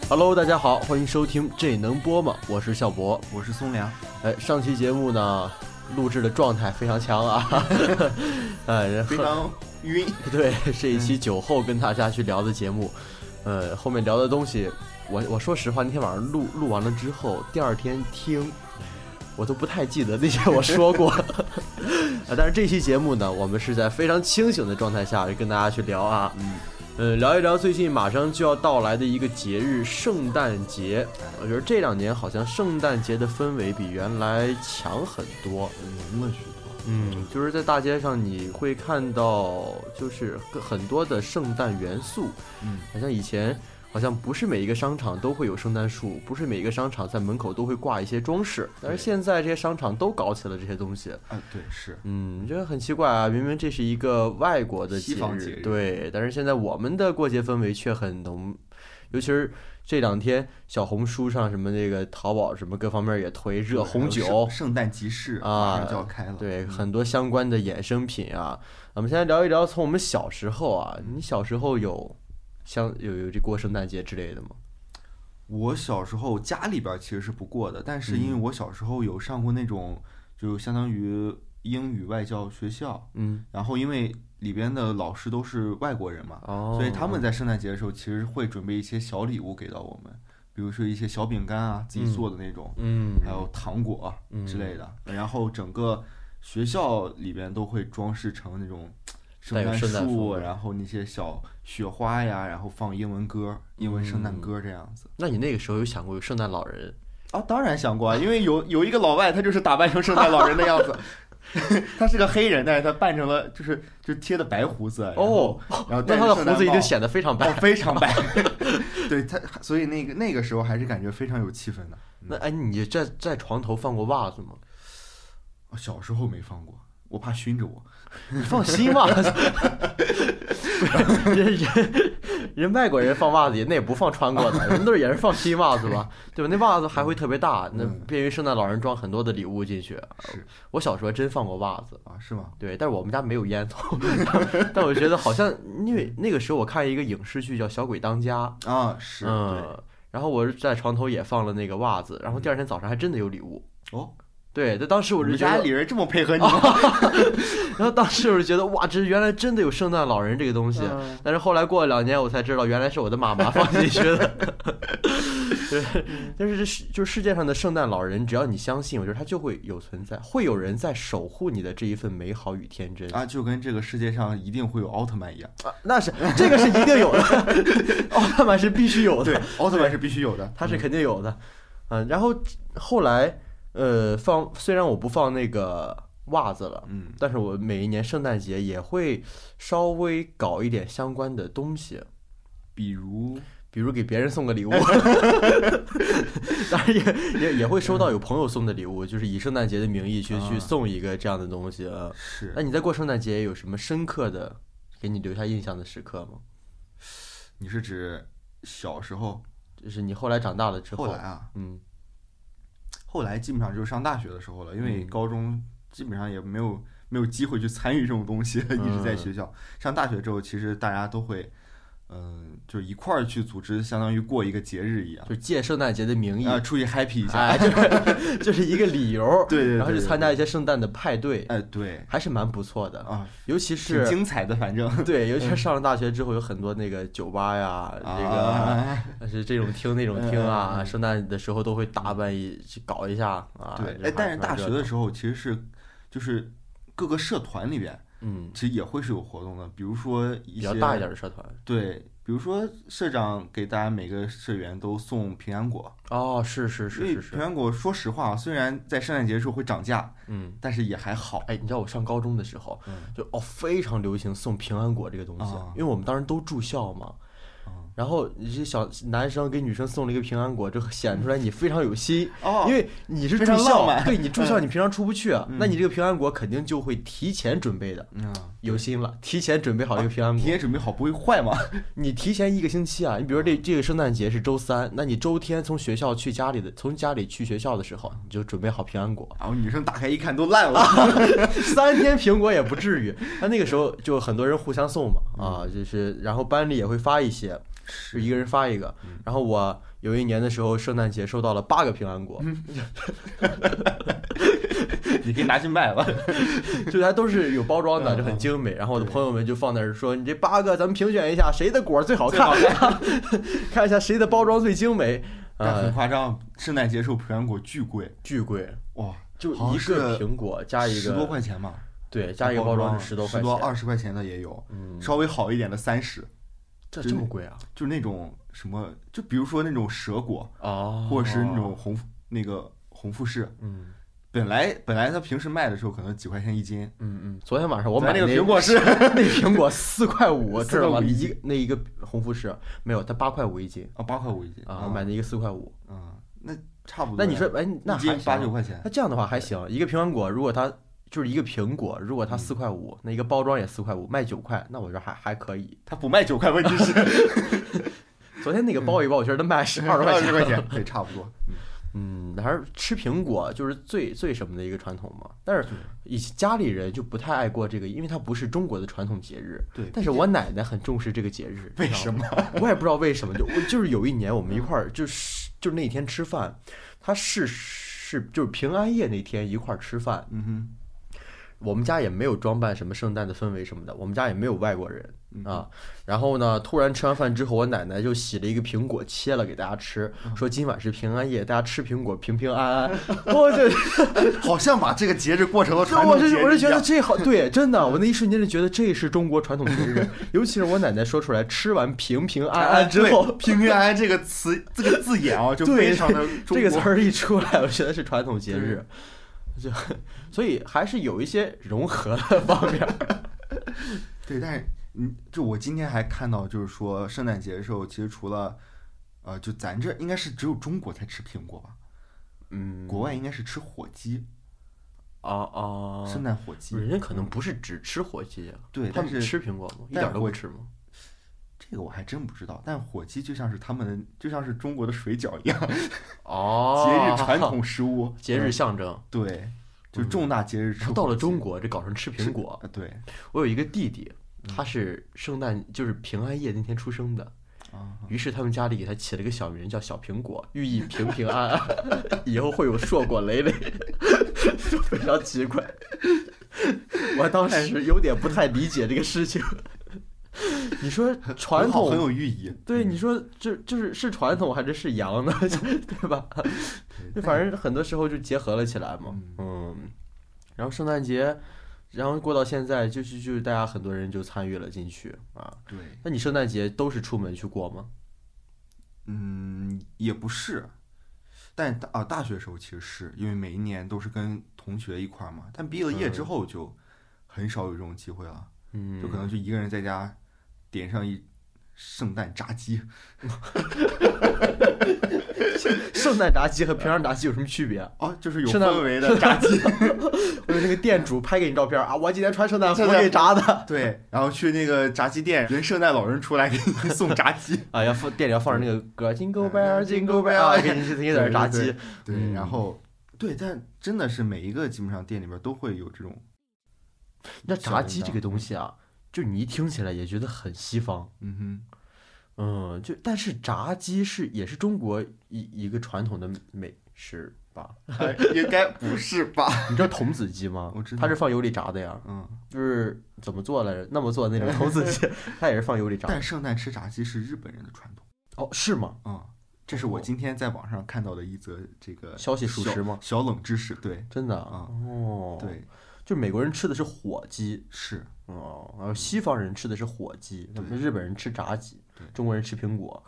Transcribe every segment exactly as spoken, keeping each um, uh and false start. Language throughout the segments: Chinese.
Hello， 大家好，欢迎收听这能播吗？我是笑博， 我是松良。 哎，上期节目呢，录制的状态非常强啊，呃， 非常晕。 对，这一期酒后跟大家去聊的节目，呃，后面聊的东西，我我说实话，那天晚上录录完了之后，第二天听，我都不太记得那些我说过。啊，但是这期节目呢，我们是在非常清醒的状态下跟大家去聊啊。 嗯。 呃，聊一聊最近马上就要到来的一个节日——圣诞节。我觉得这两年好像圣诞节的氛围比原来强很多， 浓了许多。 嗯，就是在大街上你会看到，就是很多的圣诞元素。 嗯， 好像以前好像不是每一个商场都会有圣诞树，不是每一个商场在门口都会挂一些装饰，但是现在这些商场都搞起了这些东西。 啊，对，是， 嗯，这很奇怪啊！明明这是一个外国的节日， 节日对，但是现在我们的过节氛围却很浓，尤其是这两天小红书上什么那个淘宝什么各方面也推热红酒， 圣诞集市啊， 马上就要开了， 对， 嗯、 很多相关的衍生品啊。我们现在聊一聊从我们小时候啊，你小时候有像有有这过圣诞节之类的吗？ 我小时候家里边其实是不过的，但是因为我小时候有上过那种，就相当于英语外教学校， 嗯， 然后因为里边的老师都是外国人嘛， 哦， 所以他们在圣诞节的时候其实会准备一些小礼物给到我们，比如说一些小饼干啊，自己做的那种， 嗯， 还有糖果、啊嗯、之类的，然后整个学校里边都会装饰成那种圣诞树，然后那些小雪花呀，然后放英文歌、英文圣诞歌这样子。 嗯、那你那个时候有想过有圣诞老人？ 啊，当然想过啊，因为有有一个老外，他就是打扮成圣诞老人的样子。他是个黑人，但是他扮成了就是就贴的白胡子哦， 然后那他的胡子一定显得非常白， 哦、非常白。对他，所以那个那个时候还是感觉非常有气氛的。 嗯、那哎，你在在床头放过袜子吗？ 小时候没放过，我怕熏着我。 你放新袜子？人人人外国人放袜子也那也不放穿过的，人都是也是放新袜子吧，对吧？那袜子还会特别大，那便于圣诞老人装很多的礼物进去。 是我小时候真放过袜子啊？是吗？ 对，但是我们家没有烟囱。但我觉得好像因为那个时候我看一个影视剧叫《小鬼当家》 啊，是， 嗯，然后我在床头也放了那个袜子，然后第二天早上还真的有礼物哦。 对，但当时我就觉得家里人这么配合你吗？ 然后当时我就觉得哇，这原来真的有圣诞老人这个东西。嗯、但是后来过了两年，我才知道原来是我的妈妈放进去的。对，但是就是世界上的圣诞老人，只要你相信，我觉得他就会有存在，会有人在守护你的这一份美好与天真啊，就跟这个世界上一定会有奥特曼一样啊，那是这个是一定有的，奥特曼是必须有的， 对，奥特曼是必须有的， 他是肯定有的。嗯，然后后来。呃，放虽然我不放那个袜子了， 嗯， 但是我每一年圣诞节也会稍微搞一点相关的东西， 比如比如给别人送个礼物，当然也也也会收到有朋友送的礼物，就是以圣诞节的名义去、啊、去送一个这样的东西啊。 是。 那你在过圣诞节有什么深刻的给你留下印象的时刻吗？ 你是指小时候？ 就是你后来长大了之后。 后来啊， 嗯。 后来基本上就是上大学的时候了，因为高中基本上也没有没有机会去参与这种东西，嗯、一直在学校。上大学之后，其实大家都会，嗯、呃，就一块儿去组织，相当于过一个节日一样， 就借圣诞节的名义啊、呃，出去 happy 一下， 哎，就是就是一个理由， 对, 对, 对, 对， 然后去参加一些圣诞的派对， 哎，对， 还是蛮不错的啊， 尤其是挺精彩的，反正对，尤其是上了大学之后，有很多那个酒吧呀， 嗯、 这个但是这种厅那种厅啊， 嗯、 圣诞的时候都会打扮一去搞一下啊， 对，哎，但是大学的时候其实是就是各个社团里边， 嗯， 其实也会是有活动的，比如说一些比较大一点的社团， 对。比如说，社长给大家每个社员都送平安果。 哦，是是是是是。 平安果，说实话，虽然在圣诞节的时候会涨价， 嗯， 但是也还好。 哎，你知道我上高中的时候，嗯、就哦非常流行送平安果这个东西， 啊、 因为我们当时都住校嘛。然后你这小男生给女生送了一个平安果，就显出来你非常有心， 哦， 因为你是住校，对你住校你平常出不去，嗯、那你这个平安果肯定就会提前准备的， 嗯， 有心了，提前准备好这个平安果， 啊、提前准备好不会坏吗？ 你提前一个星期啊，你比如说这这个圣诞节是周三，那你周天从学校去家里的，从家里去学校的时候，你就准备好平安果， 然后女生打开一看都烂了， 三天苹果也不至于，那那个时候就很多人互相送嘛，啊，就是然后班里也会发一些。是一个人发一个，然后我有一年的时候，圣诞节收到了八个平安果， 你可以拿去卖了。 就它都是有包装的，就很精美。然后我的朋友们就放那儿说：“你这八个，咱们评选一下谁的果最好看，看一下谁的包装最精美。” 但很夸张，圣诞节时候平安果巨贵， 巨贵哇！ 就一个苹果加一个十多块钱嘛。 对，加一个包装是十多块钱， 十多二十块钱的也有， 嗯， 稍微好一点的三十。 这这么贵啊？ 就是那种什么，就比如说那种蛇果啊， 或者是那种红那个红富士， 嗯， 本来本来他平时卖的时候可能几块钱一斤， 嗯嗯。昨天晚上我买那个苹果是那苹果四块五，知道吗？ 一一那一个红富士没有，它八块五一斤啊，八块五一斤啊，我买的一个四块五， 嗯，那差不多。 那你说，哎，那还八九块钱， 那这样的话还行。一个平安果，如果它就是一个苹果，如果它四块五，那一个包装也四块五，卖九块，那我觉得还还可以。 它不卖九块，问题是， 昨天那个包一包，我觉得它卖十二十块钱， 块钱，对，差不多。 嗯，还是吃苹果就是最最什么的一个传统嘛。但是以前家里人就不太爱过这个，因为它不是中国的传统节日。 对。 但是我奶奶很重视这个节日。 为什么？ 我也不知道为什么。就就是有一年我们一块儿，就是就是那天吃饭，他是是就是平安夜那天一块儿吃饭。 嗯哼。 我们家也没有装扮什么圣诞的氛围什么的，我们家也没有外国人啊。然后呢，突然吃完饭之后，我奶奶就洗了一个苹果，切了给大家吃，说今晚是平安夜，大家吃苹果平平安安。我就好像把这个节日过成了传统节日。 我就我就觉得这好，对，真的，我那一瞬间就觉得这是中国传统节日。尤其是我奶奶说出来吃完平平安安之后， 平平安安这个词这个字眼啊，就非常的中国。 这个词儿一出来，我觉得是传统节日。就所以还是有一些融合的方面。 对，但是嗯，就我今天还看到，就是说圣诞节的时候，其实除了呃，就咱这应该是只有中国才吃苹果吧？ 嗯， 国外应该是吃火鸡。 啊啊！ 圣诞火鸡， 人家可能不是只吃火鸡啊， 对， 他们吃苹果吗？一点都不吃吗？ 这个我还真不知道，但火鸡就像是他们，就像是中国的水饺一样， 哦， 节日传统食物， 节日象征， 对，就重大节日吃。 到了中国，这搞成吃苹果。 对， 我有一个弟弟，他是圣诞就是平安夜那天出生的，于是他们家里给他起了个小名叫小苹果，寓意平平安安，以后会有硕果累累，就非常奇怪。我当时有点不太理解这个事情。你说传统很有寓意， 对，你说就就是是传统还是是洋的，对吧？就反正很多时候就结合了起来嘛，嗯。然后圣诞节，然后过到现在，就是就是大家很多人就参与了进去啊。 对， 那你圣诞节都是出门去过吗？ 嗯，也不是，但啊，大学时候其实是因为每一年都是跟同学一块嘛，但毕了业之后就很少有这种机会了， 嗯， 就可能就一个人在家。点上一圣诞炸鸡， 圣诞炸鸡和平常炸鸡有什么区别啊？ 哦，就是有氛围的炸鸡。 我有那个店主拍给你照片啊，我今天穿圣诞服给炸的。 对，然后去那个炸鸡店，人圣诞老人出来给你送炸鸡。 啊，要放店里要放着那个歌 ，Jingle Bell Jingle Bell， 给你给你点炸鸡。 对，然后对，但真的是每一个基本上店里边都会有这种。 那炸鸡这个东西啊。就你一听起来也觉得很西方， 嗯哼， 嗯，就但是炸鸡是也是中国一一个传统的美食吧？ 应该不是吧？ 你知道童子鸡吗？ 我知道， 它是放油里炸的呀。 嗯， 就是怎么做来着？那么做的那种童子鸡，它也是放油里炸。 但圣诞吃炸鸡是日本人的传统。 哦，是吗？ 嗯，这是我今天在网上看到的一则这个消息，属实吗？ 小冷知识，对， 真的啊。哦， 对， 就美国人吃的是火鸡， 是。 哦，然后西方人吃的是火鸡，那么日本人吃炸鸡，中国人吃苹果，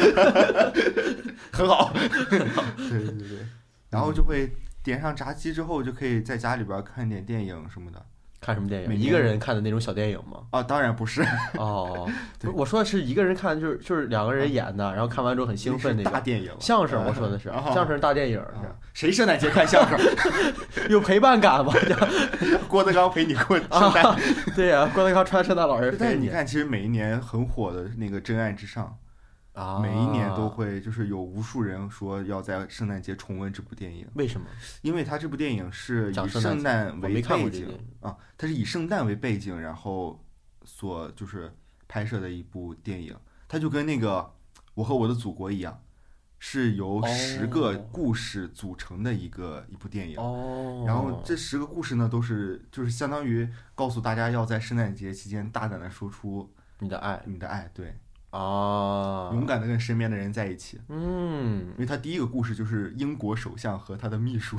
很好，很好，对对对，然后就会点上炸鸡之后，就可以在家里边看点电影什么的。 看什么电影？一个人看的那种小电影吗？ 啊，当然不是。 哦，我说的是一个人看，就是就是两个人演的，然后看完之后很兴奋那种大电影。 相声，我说的是相声大电影。 谁圣诞节看相声？ 有陪伴感吗？ 郭德纲陪你过圣诞。 对呀，郭德纲穿圣诞老人。 但是你看，其实每一年很火的那个《真爱至上》。 啊， 每一年都会，就是有无数人说要在圣诞节重温这部电影。 为什么？ 因为它这部电影是以圣诞为背景啊，它是以圣诞为背景，然后所就是拍摄的一部电影。它就跟那个《我和我的祖国》一样， 是由十个故事组成的一个、哦、一部电影。 哦。 然后这十个故事呢，都是就是相当于告诉大家要在圣诞节期间大胆的说出你的爱， 你的爱，对。 啊， 勇敢的跟身边的人在一起。 嗯， 因为他第一个故事就是英国首相和他的秘书。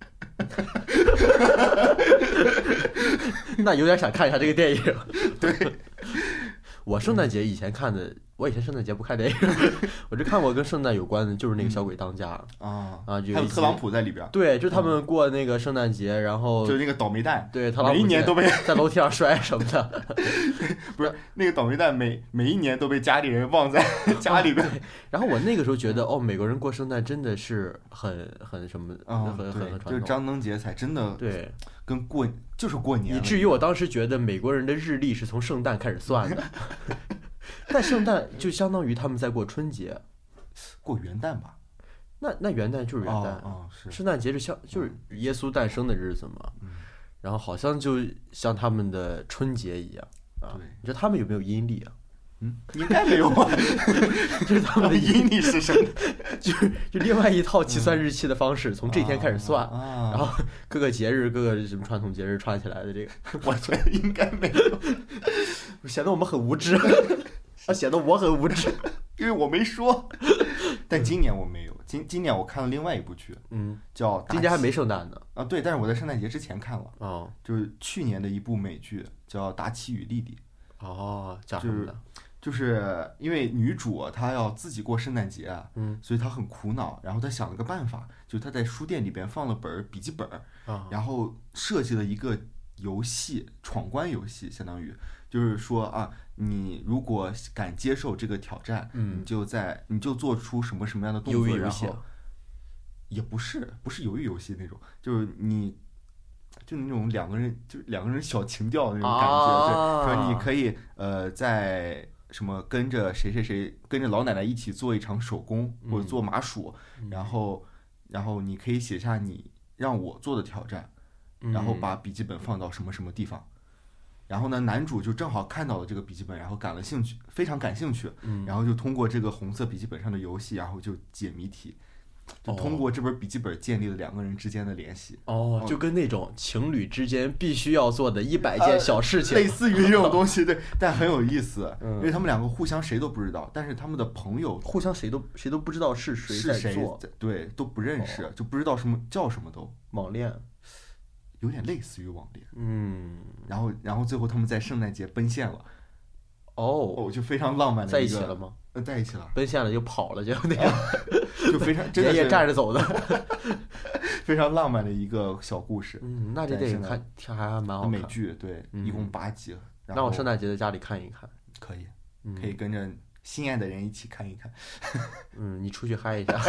那有点想看一下这个电影。 对， 我圣诞节以前看的，我以前圣诞节不看电影，我只看过跟圣诞有关的，就是那个小鬼当家、 嗯、啊啊， 还有特朗普在里边。 对，就他们过那个圣诞节，然后就那个倒霉蛋， 对，特朗普每一年都被在楼梯上摔什么的。 不是那个倒霉蛋每每一年都被家里人忘在家里边。 哦、然后我那个时候觉得，哦，美国人过圣诞真的是很很什么， 嗯、 很很很传统， 就是张灯结彩，真的对， 跟过就是过年。 以至于我当时觉得美国人的日历是从圣诞开始算的。但圣诞就相当于他们在过春节， 过元旦吧？ 那那元旦就是元旦， 哦哦、是圣诞节是像就是耶稣诞生的日子嘛。 嗯、 然后好像就像他们的春节一样啊。 对， 你说他们有没有阴历啊？ 嗯，应该没有啊。 就是他们的阴历是什么？ 就是就另外一套计算日期的方式，嗯、从这天开始算， 啊、 然后各个节日、各个什么传统节日串起来的这个， 我觉得应该没有， 显得我们很无知，啊，显得我很无知， 因为我没说。但今年我没有，今今年我看了另外一部剧， 嗯， 叫今年还没圣诞呢啊，对，但是我在圣诞节之前看了， 哦， 就是去年的一部美剧叫《达奇与莉莉》， 哦，讲什么的？ 就是因为女主她要自己过圣诞节， 嗯， 所以她很苦恼，然后她想了个办法，就她在书店里边放了本笔记本， 啊， 然后设计了一个游戏，闯关游戏，相当于就是说啊，你如果敢接受这个挑战， 嗯， 你就在你就做出什么什么样的动作， 然后也不是不是鱿鱼游戏那种，就是你。就那种两个人，就两个人小情调的那种感觉， 啊、 对，说你可以呃在什么跟着谁谁谁，跟着老奶奶一起做一场手工或者做麻薯， 嗯、 然后然后你可以写下你让我做的挑战， 嗯、 然后把笔记本放到什么什么地方，然后呢男主就正好看到了这个笔记本，然后感了兴趣，非常感兴趣， 嗯、 然后就通过这个红色笔记本上的游戏，然后就解谜题。就通过这本笔记本建立了两个人之间的联系。 哦，就跟那种情侣之间必须要做的一百件小事情、 呃、类似于这种东西，对，但很有意思、 嗯， 因为他们两个互相谁都不知道，但是他们的朋友互相谁都谁都不知道是谁在做， 是谁，对，都不认识、哦，就不知道什么叫什么都。 网恋， 有点类似于网恋， 嗯， 然后然后最后他们在圣诞节奔现了。 哦， 哦，就非常浪漫的在一起了吗？ 呃，在一起了， 奔现了就跑了，就那样， 就非常真的也站着走的， 非常浪漫的一个小故事。 嗯，那这电影看还还蛮好看。 美剧对、嗯，一共八集。 那我圣诞节在家里看一看， 可以，嗯、可以跟着心爱的人一起看一看。 嗯，你出去嗨一下。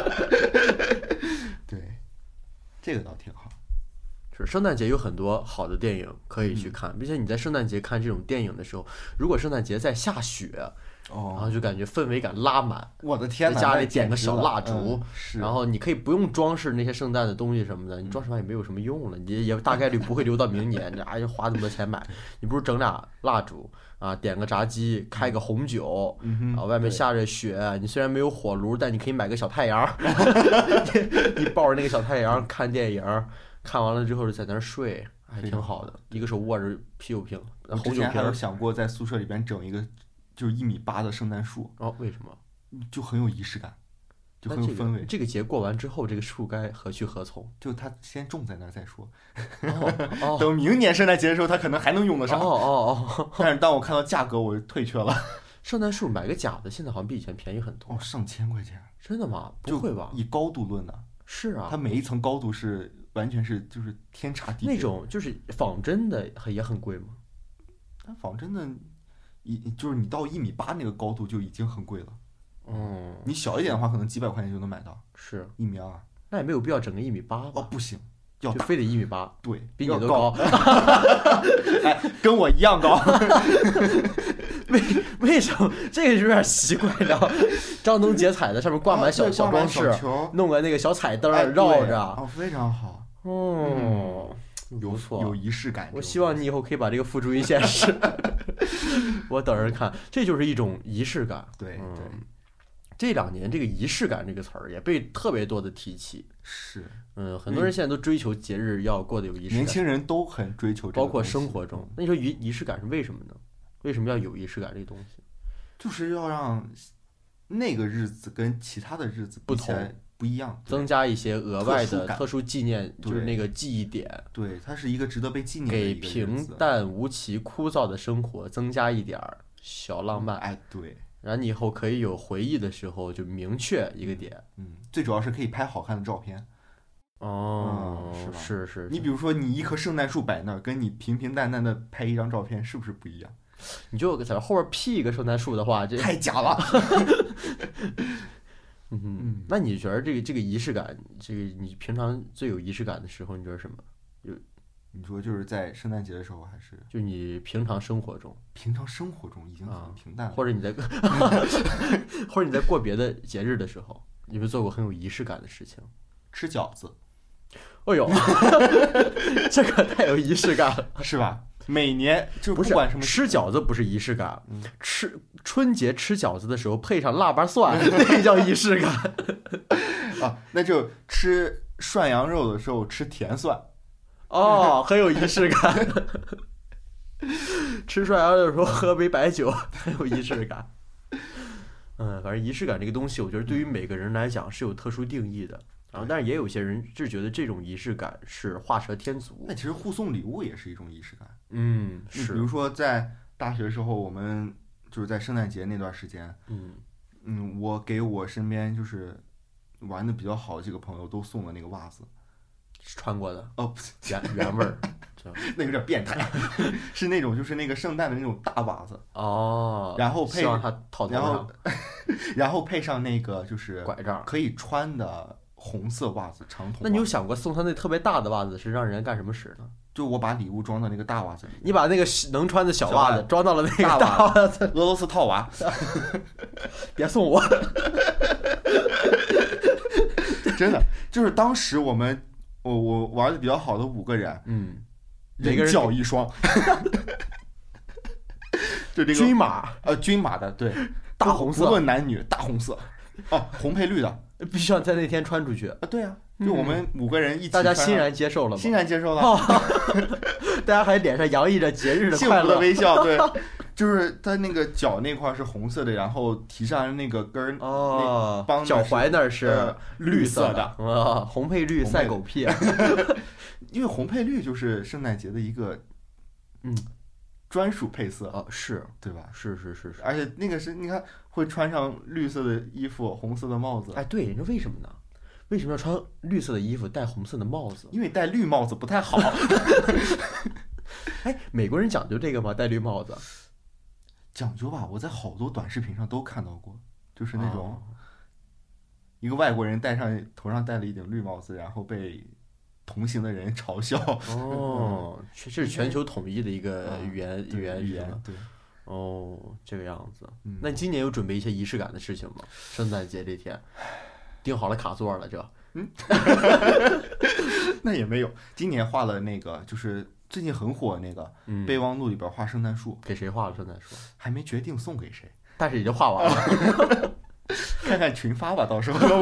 对，这个倒挺好。 圣诞节有很多好的电影可以去看，并且你在圣诞节看这种电影的时候，如果圣诞节在下雪， 哦， 然后就感觉氛围感拉满。 我的天哪！ 在家里点个小蜡烛、 嗯， 然后你可以不用装饰那些圣诞的东西什么的，你装饰完也没有什么用了，你也大概率不会留到明年，你哎花那么多钱买，你不如整俩蜡烛啊，点个炸鸡，开个红酒， 嗯、 啊，外面下着雪，你虽然没有火炉，但你可以买个小太阳，你抱着那个小太阳看电影。看完了之后就在那儿睡，还挺好的。一个手握着啤酒瓶，红酒瓶。 我之前还有想过在宿舍里边整一个就是一米八的圣诞树。 哦，为什么？ 就很有仪式感，就很有氛围。 这个、这个节过完之后，这个树该何去何从？ 就它先种在那儿再说。 哦哦、 等明年圣诞节的时候，它可能还能用得上。 哦哦哦。 但是当我看到价格，我就退却了。 圣诞树买个假的，现在好像比以前便宜很多。 哦，上千块钱。 真的吗？不会吧？ 以高度论的。 是啊。 它每一层高度是。完全是就是天差地别。 那种就是仿真的也很贵吗？ 但仿真的，一就是你到一米八那个高度就已经很贵了。 嗯， 你小一点的话，可能几百块钱就能买到。 是一米二， 那也没有必要整个一米八吧？ 哦，不行，要就非得一米八。 对， 比你都高。 哎，跟我一样高。 为为什么这个有点奇怪了？张灯结彩的，上面挂满小、 啊、 小装饰，弄个那个小彩灯、 哎、 绕着， 哦，非常好。 哦， 嗯、 不错， 有仪式感。 我希望你以后可以把这个付诸于现实。我等着看，这就是一种仪式感。 对对、 嗯， 这两年这个仪式感这个词儿也被特别多的提起。 是， 嗯，很多人现在都追求节日要过得有仪式感， 年轻人都很追求这个， 包括生活中。那你说仪仪式感是为什么呢？为什么要有仪式感这个东西？ 就是要让那个日子跟其他的日子不同不一样， 增加一些额外的特殊纪念，就是那个记忆点。 对，它是一个值得被纪念的给一个日子， 平淡无奇、枯燥的生活增加一点儿小浪漫。 哎，对。 然后你以后可以有回忆的时候，就明确一个点。 嗯，最主要是可以拍好看的照片。 哦， 嗯、是吧？ 是是。 你比如说，你一棵圣诞树摆那儿，跟你平平淡淡的拍一张照片，是不是不一样？ 你就在后边 P 一个圣诞树的话，这太假了。 嗯嗯，那你觉得这个这个仪式感，这个你平常最有仪式感的时候，你觉得什么？有？ 你说就是在圣诞节的时候，还是就你平常生活中？ 平常生活中已经很平淡了， 啊、或者你在或者你在过别的节日的时候，有没有做过很有仪式感的事情？ 吃饺子。 哦呦，这个太有仪式感了， 是吧？每年就不管什么吃饺子不是仪式感，嗯、吃春节吃饺子的时候配上腊八蒜，那叫仪式感啊。那就吃涮羊肉的时候吃甜蒜。 哦，很有仪式感。吃涮羊肉的时候喝杯白酒，很有仪式感。嗯，反正仪式感这个东西，我觉得对于每个人来讲是有特殊定义的。然后，但是也有些人是觉得这种仪式感是画蛇添足。 那其实互送礼物也是一种仪式感。 嗯，是。 比如说在大学时候，我们就是在圣诞节那段时间， 嗯嗯，我给我身边就是玩的比较好的几个朋友都送了那个袜子。 穿过的哦， 原原味儿， 那有点变态，是那种就是那个圣诞的那种大袜子哦， 然后配上它套头上， 然后然后配上那个就是拐杖可以穿的红色袜子，长筒。 那你有想过送他那特别大的袜子是让人干什么使呢？ 就我把礼物装到那个大袜子里， 你把那个能穿的小袜子装到了那个大袜子， 俄罗斯套娃， 别送我。 真的，就是当时我们。我我玩的比较好的五个人， 嗯， 人脚一双，就这个军马， 呃，军马的，对， 大红色， 不论男女，大红色，哦，红配绿的， 必须要在那天穿出去啊，对啊，就我们五个人一起， 大家欣然接受了吗？ 欣然接受了， 大家还脸上洋溢着节日的幸福的微笑，对。就是他那个脚那块是红色的，然后提上那个根儿， 哦， 帮脚踝那是、 呃、绿色的， 啊，红配绿赛狗屁， 因为红配绿就是圣诞节的一个嗯专属配色哦，是对吧？ 是是是是， 而且那个是你看会穿上绿色的衣服，红色的帽子， 哎，对，你说为什么呢？为什么要穿绿色的衣服，戴红色的帽子？ 因为戴绿帽子不太好。 哎，美国人讲究这个吗？戴绿帽子？ 讲究吧，我在好多短视频上都看到过，就是那种一个外国人戴上头上戴了一顶绿帽子，然后被同行的人嘲笑。 哦，这是全球统一的一个语言语言语言，对。 哦，这个样子。 嗯、 那你今年有准备一些仪式感的事情吗？圣诞节这天，订好了卡座了，这。 嗯。那也没有，今年画了那个就是。最近很火那个备忘录里边画圣诞树， 给谁画了圣诞树？ 还没决定送给谁， 但是已经画完了。 看看群发吧，到时候。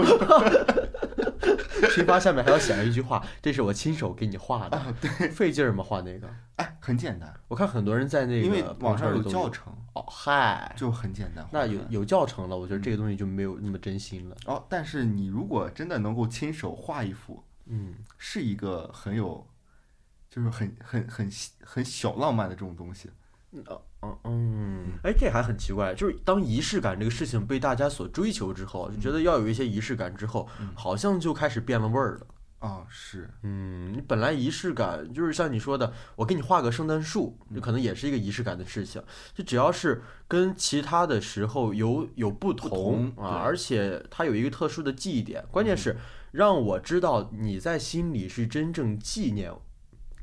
群发下面还要写上一句话：“这是我亲手给你画的。” 啊，对， 费劲儿吗？画那个？ 哎，很简单。 我看很多人在那个， 因为网上有教程。 哦，嗨， 就很简单。 那有有教程了，我觉得这个东西就没有那么真心了。 哦，但是你如果真的能够亲手画一幅， 嗯， 是一个很有。就是很很很很小浪漫的这种东西， 嗯嗯嗯，哎，这还很奇怪，就是当仪式感这个事情被大家所追求之后，就觉得要有一些仪式感之后， 嗯、 好像就开始变了味儿了。 啊、哦，是， 嗯，你本来仪式感就是像你说的，我给你画个圣诞树，这可能也是一个仪式感的事情。就只要是跟其他的时候有有不同, 不同啊，而且它有一个特殊的记忆点，关键是让我知道你在心里是真正纪念我。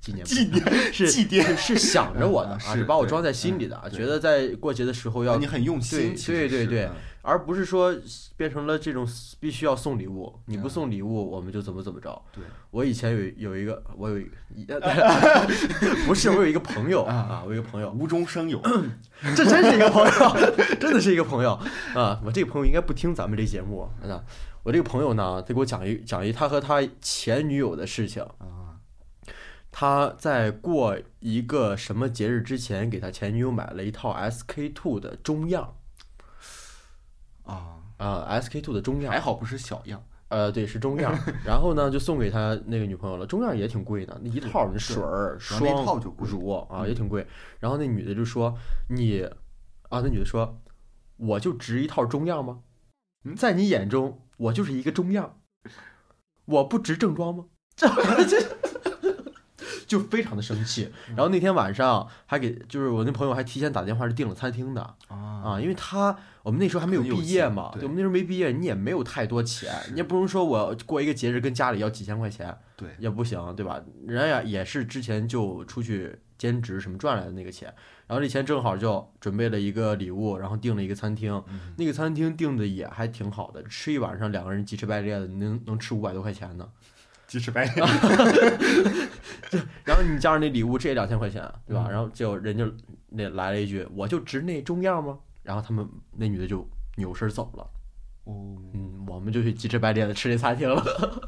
纪念纪念是祭奠是是想着我的啊， 是是把我装在心里的， 嗯、 觉得在过节的时候要你很用心， 对对对对、 嗯， 而不是说变成了这种必须要送礼物，你不送礼物我们就怎么怎么着。 对， 我以前有有一个，我有一个，不是我有一个朋友啊，我有一个朋友无中生有， 这真是一个朋友，真的是一个朋友啊！我这个朋友应该不听咱们这节目啊。我这个朋友呢，他给我讲一讲一他和他前女友的事情啊。 他在过一个什么节日之前，给他前女友买了一套 S K two 的中样啊啊 ，S K two 的中样， 还好不是小样。 呃，对，是中样，然后呢，就送给他那个女朋友了。中样也挺贵的，那一套那水儿、霜、乳啊，也挺贵。然后那女的就说：“你啊，那女的说，我就值一套中样吗？在你眼中，我就是一个中样，我不值正装吗？”这这就非常的生气。然后那天晚上还给，就是我那朋友还提前打电话是订了餐厅的啊啊，因为他我们那时候还没有毕业嘛，对，我们那时候没毕业，你也没有太多钱，你也不能说我过一个节日跟家里要几千块钱， 对， 也不行，对吧？人家也是之前就出去兼职什么赚来的那个钱，然后这钱正好就准备了一个礼物，然后订了一个餐厅， 嗯、 那个餐厅订的也还挺好的，吃一晚上两个人鸡翅白列的，能能吃五百多块钱呢。 鸡翅白列， 然后你加上那礼物，这也两千块钱，对吧？ 嗯、 然后就人家那来了一句：“我就值那中样吗？”然后他们那女的就扭身走了。 哦， 嗯，我们就去鸡翅白列的吃那餐厅了。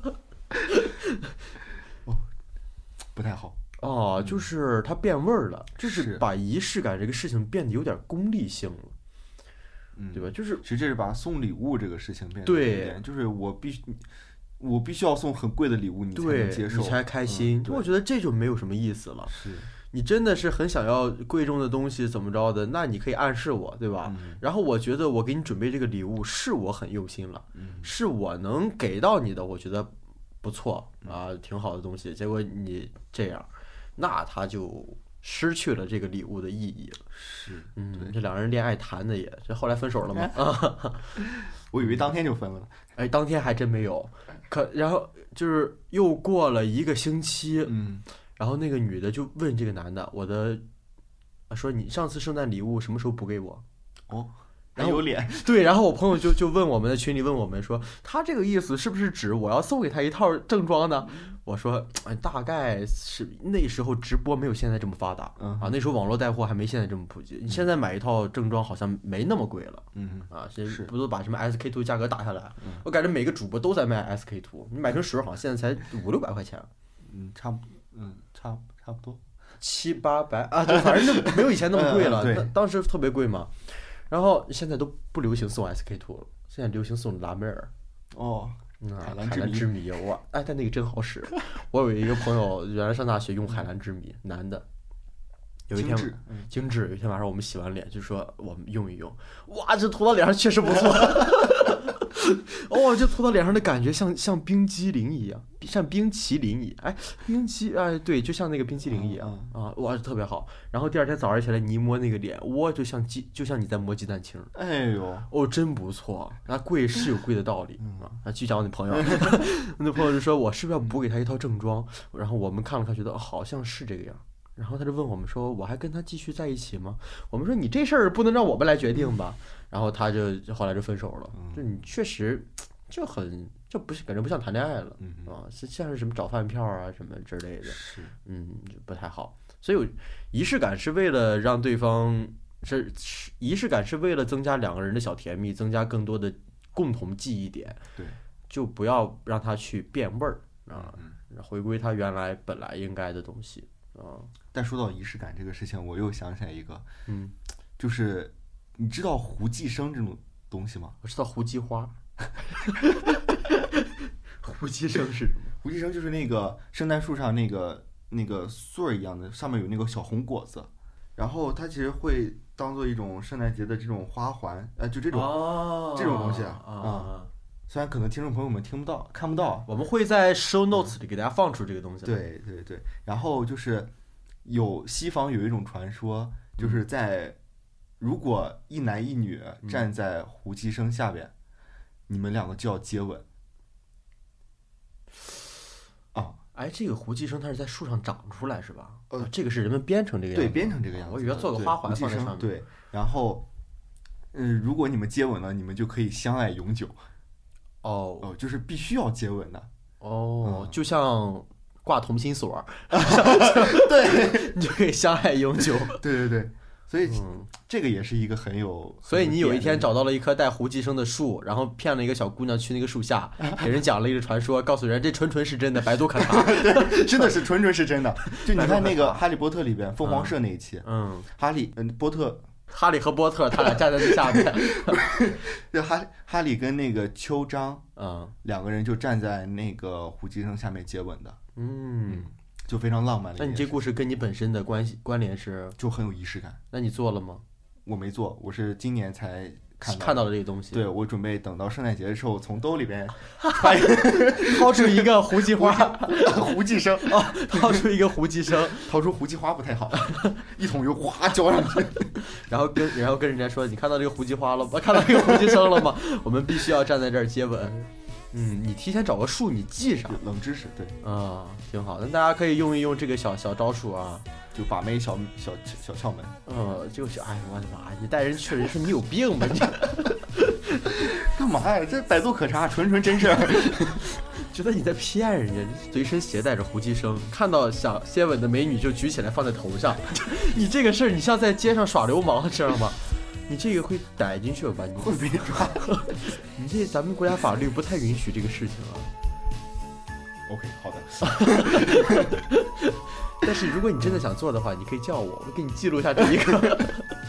哦，不太好。 哦，就是它变味儿了，就是把仪式感这个事情变得有点功利性了， 嗯， 对吧？就是其实这是把送礼物这个事情变得对， 就是我必须。我必须要送很贵的礼物，你才能接受， 你才开心。 嗯、 我觉得这就没有什么意思了。 是， 你真的是很想要贵重的东西，怎么着的？那你可以暗示我，对吧？ 嗯、 然后我觉得我给你准备这个礼物，是我很用心了， 嗯、 是我能给到你的，我觉得不错啊，挺好的东西。结果你这样，那他就失去了这个礼物的意义了。 是， 嗯，这两人恋爱谈的也，这后来分手了吗？ 我以为当天就分了。 哎，当天还真没有。可然后就是又过了一个星期， 嗯， 然后那个女的就问这个男的，我的说你上次圣诞礼物什么时候补给我？ 哦，还有脸。 对，然后我朋友就就问我们的群里问我们说，他这个意思是不是指我要送给他一套正装呢？我说，哎，大概是那时候直播没有现在这么发达、 嗯、 啊，那时候网络带货还没现在这么普及。你现在买一套正装好像没那么贵了， 嗯啊，现在不都把什么 S K two 价格打下来？ 嗯、 我感觉每个主播都在卖 S K two， 你买成水好像现在才五六百块钱。 嗯，差不，嗯，差差不多七八百啊，就反正就没有以前那么贵了。 嗯、对， 当时特别贵嘛。然后现在都不流行送 S K two 了，现在流行送拉梅尔。 哦。 嗯、 海蓝之谜，我哎，但那个真好使。我有一个朋友，原来上大学用海蓝之谜，男的。有一天， 精致， 嗯、精致。有一天晚上，我们洗完脸，就说我们用一用。哇，这涂到脸上确实不错。哦，这涂到脸上的感觉像像冰激凌一样，像冰淇淋一样，哎，冰激哎，对，就像那个冰淇淋一样、 嗯、 啊，哇，特别好。然后第二天早上起来，你一摸那个脸，哇，就像鸡，就像你在摸鸡蛋清。 哎呦， 哦，真不错。那贵是有贵的道理、 嗯、 啊。啊，继续讲我那朋友，我那朋友就说，我是不是要补给他一套正装？然后我们看了看，觉得、哦、好像是这个样。然后他就问我们说：“我还跟他继续在一起吗？”我们说：“你这事儿不能让我们来决定吧？”然后他就后来就分手了。就你确实就很就不是感觉不像谈恋爱了、 嗯、 啊，是像是什么找饭票啊什么之类的， 是嗯，就不太好。所以仪式感是为了让对方是仪式感是为了增加两个人的小甜蜜，增加更多的共同记忆点。 对， 就不要让它去变味儿啊， 嗯、 回归它原来本来应该的东西。啊， 但说到仪式感这个事情，我又想起来一个， 嗯， 就是你知道胡寄生这种东西吗？ 我知道胡姬花。胡寄生是什么？ 胡寄生就是那个圣诞树上那个那个穗儿一样的，上面有那个小红果子，然后它其实会当做一种圣诞节的这种花环，呃，就这种、 哦、 这种东西啊。 啊、 嗯，虽然可能听众朋友们听不到、看不到， 我们会在 show notes 里给大家放出这个东西。 对对对，然后就是有西方有一种传说，就是在如果一男一女站在胡寄生下边，嗯、你们两个就要接吻。啊， 哎，这个胡寄生它是在树上长出来是吧？ 呃， 啊、这个是人们编成这个样子。 对，编成这个样子。 我以为做个花环放在上面。 对，然后，嗯、呃，如果你们接吻了，你们就可以相爱永久。 哦哦，就是必须要接吻的。 哦，嗯、就像挂同心锁， 对， 你就可以相爱永久。 对对对。所以、嗯、这个也是一个很有， 所以你有一天找到了一棵带胡寄生的树，然后骗了一个小姑娘去那个树下，给人讲了一个传说，告诉人这纯纯是真的，百度可查。 对，真的是纯纯是真的。就你看那个《哈利波特》里边凤凰社那一期， 嗯， 哈利，嗯，波特， 哈利和波特他俩站在那下面， 就哈哈利跟那个秋张， 嗯， 两个人就站在那个胡寄生下面接吻的， 嗯。 嗯，就非常浪漫的。 那你这故事跟你本身的关系关联是？ 就很有仪式感。 那你做了吗？ 我没做，我是今年才看到看到了这个东西。 对，我准备等到圣诞节的时候，从兜里边掏出一个胡寄花， 胡寄生哦，掏出一个胡寄生， 掏出胡寄花不太好，一桶油哗浇上去， 然后跟然后跟人家说，你看到这个胡寄花了吗？看到这个胡寄生了吗？我们必须要站在这儿接吻。嗯，你提前找个数，你记上。 冷知识，对， 啊，挺好。那大家可以用一用这个小小招数啊， 就把妹小小小窍门。 呃，就是，哎，我的妈呀！你带人去人说你有病吧你？ 干嘛呀？这百度可查，纯纯真事儿。 觉得你在骗人家，随身携带着胡寄生，看到想接吻的美女就举起来放在头上。你这个事儿，你像在街上耍流氓，知道吗？你这个会逮进去吧？你会被抓。 你这咱们国家法律不太允许这个事情啊。 OK， 好的。 但是如果你真的想做的话，你可以叫我，我给你记录一下这一个。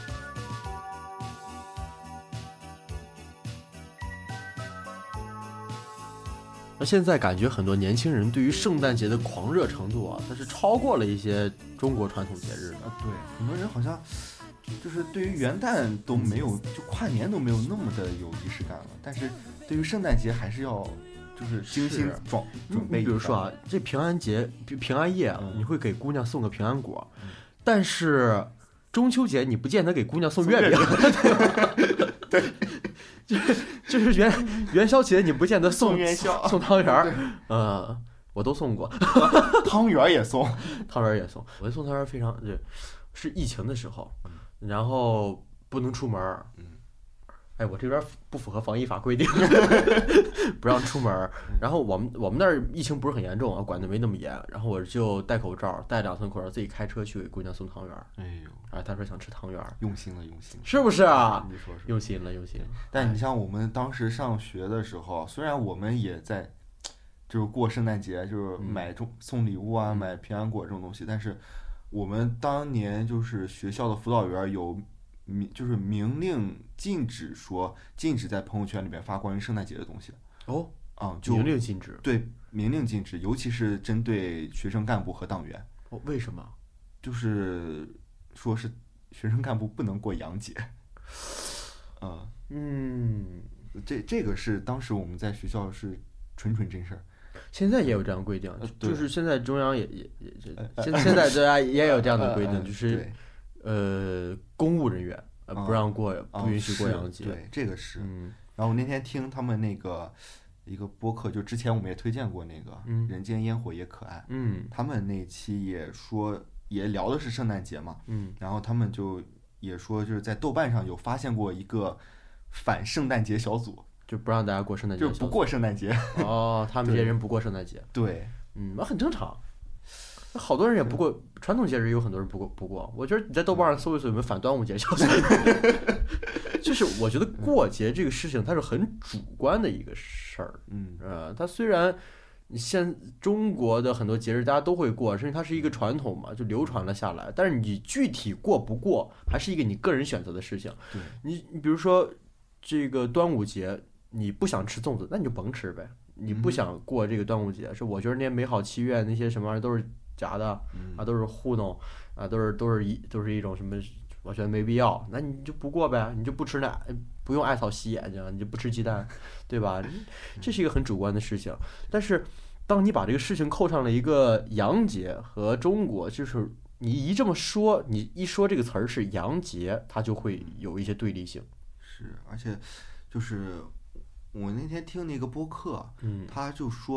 那现在感觉很多年轻人对于圣诞节的狂热程度啊，它是超过了一些中国传统节日的。 啊，对，很多人好像。就是对于元旦都没有，就跨年都没有那么的有仪式感了，但是对于圣诞节还是要就是精心准准备。 比如说啊，这平安节、平安夜，嗯、你会给姑娘送个平安果，嗯、但是中秋节你不见得给姑娘送月饼， 对， 就是就是元元宵节你不见得送元宵、 送汤圆，呃，我都送过， 汤圆也送， 汤圆也送，我送汤圆非常对，是疫情的时候。然后不能出门，嗯，哎，我这边不符合防疫法规定，不让出门。然后我们我们那儿疫情不是很严重啊，管得没那么严。然后我就戴口罩，戴两层口罩，自己开车去给姑娘送汤圆。 哎呦， 啊，她说想吃汤圆， 用心了，用心了， 是不是啊？ 你说说， 用心了，用心了。 但你像我们当时上学的时候，虽然我们也在就是过圣诞节，就是买中送礼物啊， 嗯、 买平安果这种东西，但是。我们当年就是学校的辅导员有明就是明令禁止说禁止在朋友圈里面发关于圣诞节的东西哦， 啊、嗯，就明令禁止， 对，明令禁止，尤其是针对学生干部和党员。 哦，为什么？ 就是说是学生干部不能过洋节。嗯嗯，这这个是当时我们在学校是纯纯真事儿。 现在也有这样规定， 呃、 就是现在中央也也也这，现现在大家也有这样的规定，就是呃公务人员呃不让过， 嗯、 不允许过洋节。 对，这个是。 嗯。 然后我那天听他们那个一个播客，就之前我们也推荐过那个《人间烟火也可爱》， 嗯， 他们那期也说也聊的是圣诞节嘛， 嗯， 然后他们就也说就是在豆瓣上有发现过一个反圣诞节小组。 就不让大家过圣诞节， 就是不过圣诞节。 哦，他们这些人不过圣诞节。 对， 嗯，那很正常。好多人也不过传统节日，有很多人不过不过。我觉得你在豆瓣上搜一搜有没有反端午节消息。就是我觉得过节这个事情它是很主观的一个事儿， 嗯， 呃，它虽然现中国的很多节日大家都会过，甚至它是一个传统嘛，就流传了下来。但是你具体过不过，还是一个你个人选择的事情。 对， 你你比如说这个端午节。你不想吃粽子，那你就甭吃呗。你不想过这个端午节，是我觉得那些美好祈愿那些什么玩意儿都是假的啊，都是糊弄啊，都是都是一都是一种什么，我觉得没必要。那你就不过呗，你就不吃那，不用艾草洗眼睛，你就不吃鸡蛋，对吧？这是一个很主观的事情。但是当你把这个事情扣上了一个洋节和中国，就是你一这么说，你一说这个词儿是洋节，它就会有一些对立性。 是，而且就是。我那天听那个播客， 嗯， 他就说，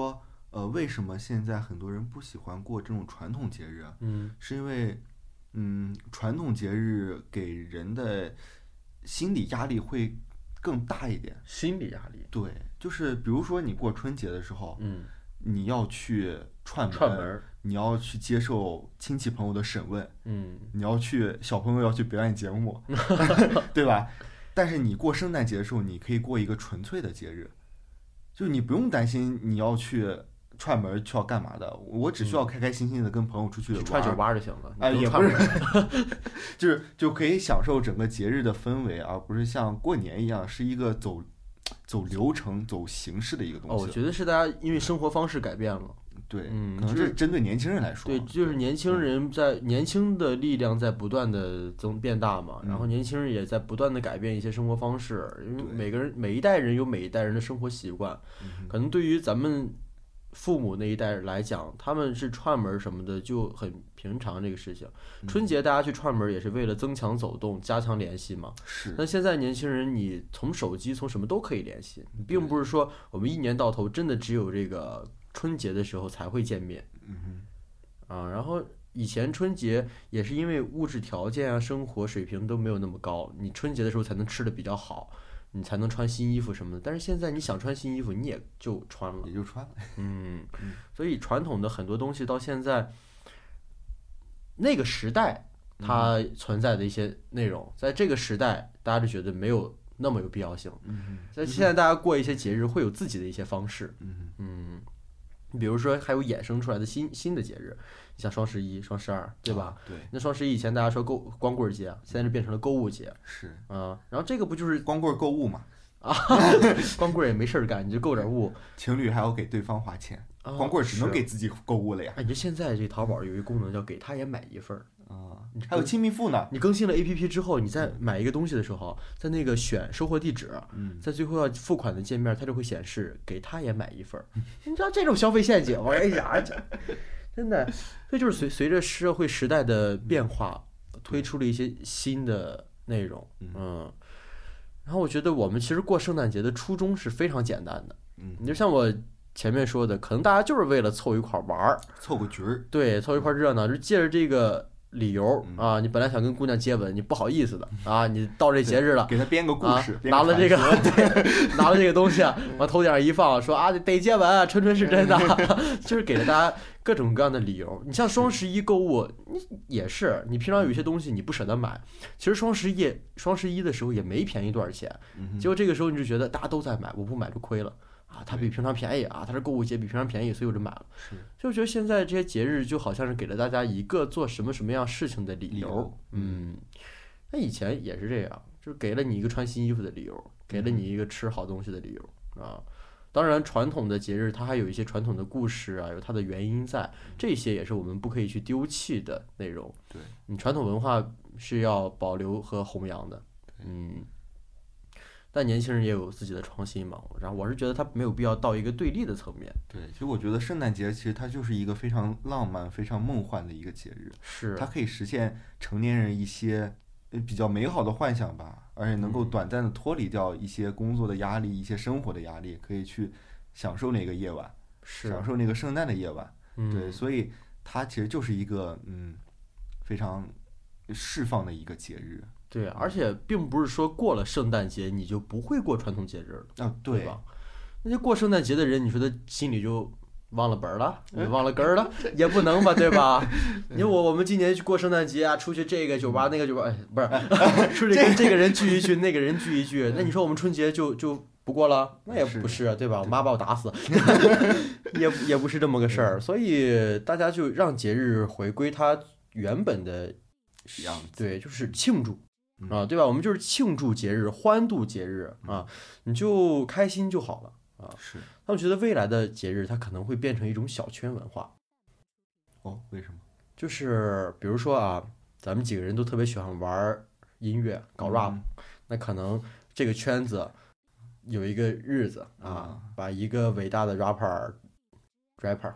呃，为什么现在很多人不喜欢过这种传统节日啊？ 嗯， 是因为，嗯，传统节日给人的心理压力会更大一点。 心理压力。 对，就是比如说你过春节的时候， 嗯， 你要去串门， 串门， 你要去接受亲戚朋友的审问， 嗯， 你要去小朋友要去表演节目，对吧？但是你过圣诞节的时候，你可以过一个纯粹的节日，就你不用担心你要去串门去要干嘛的，我只需要开开心心的跟朋友出去玩， 串酒吧就行了。 哎，也不是，就是就可以享受整个节日的氛围，而不是像过年一样是一个走走流程、走形式的一个东西。 哦，我觉得是大家因为生活方式改变了。 对， 嗯， 可能是针对年轻人来说。 对，就是年轻人在年轻的力量在不断的增变大嘛， 嗯、 然后年轻人也在不断的改变一些生活方式，因为每个人每一代人有每一代人的生活习惯， 嗯、 可能对于咱们父母那一代来讲，他们是串门什么的就很平常这个事情。春节大家去串门也是为了增强走动、加强联系嘛。 是。 那现在年轻人，你从手机从什么都可以联系，并不是说我们一年到头真的只有这个春节的时候才会见面。 嗯哼。啊，然后以前春节也是因为物质条件啊、生活水平都没有那么高，你春节的时候才能吃的比较好。你才能穿新衣服什么的，但是现在你想穿新衣服，你也就穿了， 也就穿了。 嗯，所以传统的很多东西到现在，那个时代它存在的一些内容，在这个时代大家就觉得没有那么有必要性。 嗯， 在现在大家过一些节日会有自己的一些方式。 嗯嗯，比如说还有衍生出来的新新的节日。像双十一、双十二，对吧？ 啊、对。 那双十一以前大家说购光棍节，现在就变成了购物节。 是。 啊，然后这个不就是光棍购物嘛？ 啊，光棍也没事儿干，你就购点物。 情侣还要给对方花钱， 啊、 光棍只能给自己购物了呀。 哎，你这现在这淘宝有一个功能叫给他也买一份儿啊，还有亲密付呢。 你更新了 A P P 之后，你在买一个东西的时候，在那个选收货地址， 嗯， 在最后要付款的界面，它就会显示给他也买一份儿。你知道这种消费陷阱吗？哎呀，这。真的，所以就是随随着社会时代的变化，推出了一些新的内容，嗯，然后我觉得我们其实过圣诞节的初衷是非常简单的， 嗯， 你就像我前面说的，可能大家就是为了凑一块玩儿， 凑个局儿， 对，凑一块热闹，就借着这个理由啊，你本来想跟姑娘接吻，你不好意思的啊，你到这节日了， 给她编个故事， 啊、拿了这个，对，拿了这个东西往头顶上一放，说啊得接吻，纯纯是真的，就是给了大家各种各样的理由。你像双十一购物，你也是，你平常有一些东西你不舍得买，其实双十一双十一的时候也没便宜多少钱，结果这个时候你就觉得大家都在买，我不买就亏了。啊，它比平常便宜啊，它是购物节比平常便宜，所以我就买了。 是， 就觉得现在这些节日就好像是给了大家一个做什么什么样事情的理由。嗯，那以前也是这样，就给了你一个穿新衣服的理由，给了你一个吃好东西的理由啊。当然，传统的节日它还有一些传统的故事啊，有它的原因在，这些也是我们不可以去丢弃的内容。 对， 你传统文化是要保留和弘扬的。嗯。但年轻人也有自己的创新嘛，然后我是觉得他没有必要到一个对立的层面。 对，其实我觉得圣诞节其实它就是一个非常浪漫、非常梦幻的一个节日， 是它可以实现成年人一些比较美好的幻想吧，而且能够短暂的脱离掉一些工作的压力、一些生活的压力，可以去享受那个夜晚， 是享受那个圣诞的夜晚。 嗯、 对，所以它其实就是一个嗯非常释放的一个节日。 对，而且并不是说过了圣诞节你就不会过传统节日了啊， 对吧？那些过圣诞节的人，你说他心里就忘了本儿了，忘了根儿了，也不能吧，对吧？你说我我们今年去过圣诞节啊，出去这个酒吧那个酒吧，哎，不是，出去跟这个人聚一聚，那个人聚一聚，那你说我们春节就就不过了？那也不是，对吧？我妈把我打死，也也不是这么个事儿。所以大家就让节日回归它原本的样子， 对，就是庆祝。啊，对吧？我们就是庆祝节日，欢度节日啊，你就开心就好了啊。 是， 他们觉得未来的节日它可能会变成一种小圈文化。 哦，为什么？ 就是比如说啊，咱们几个人都特别喜欢玩音乐，搞 rap，、嗯、那可能这个圈子有一个日子啊， 啊把一个伟大的 rapper rapper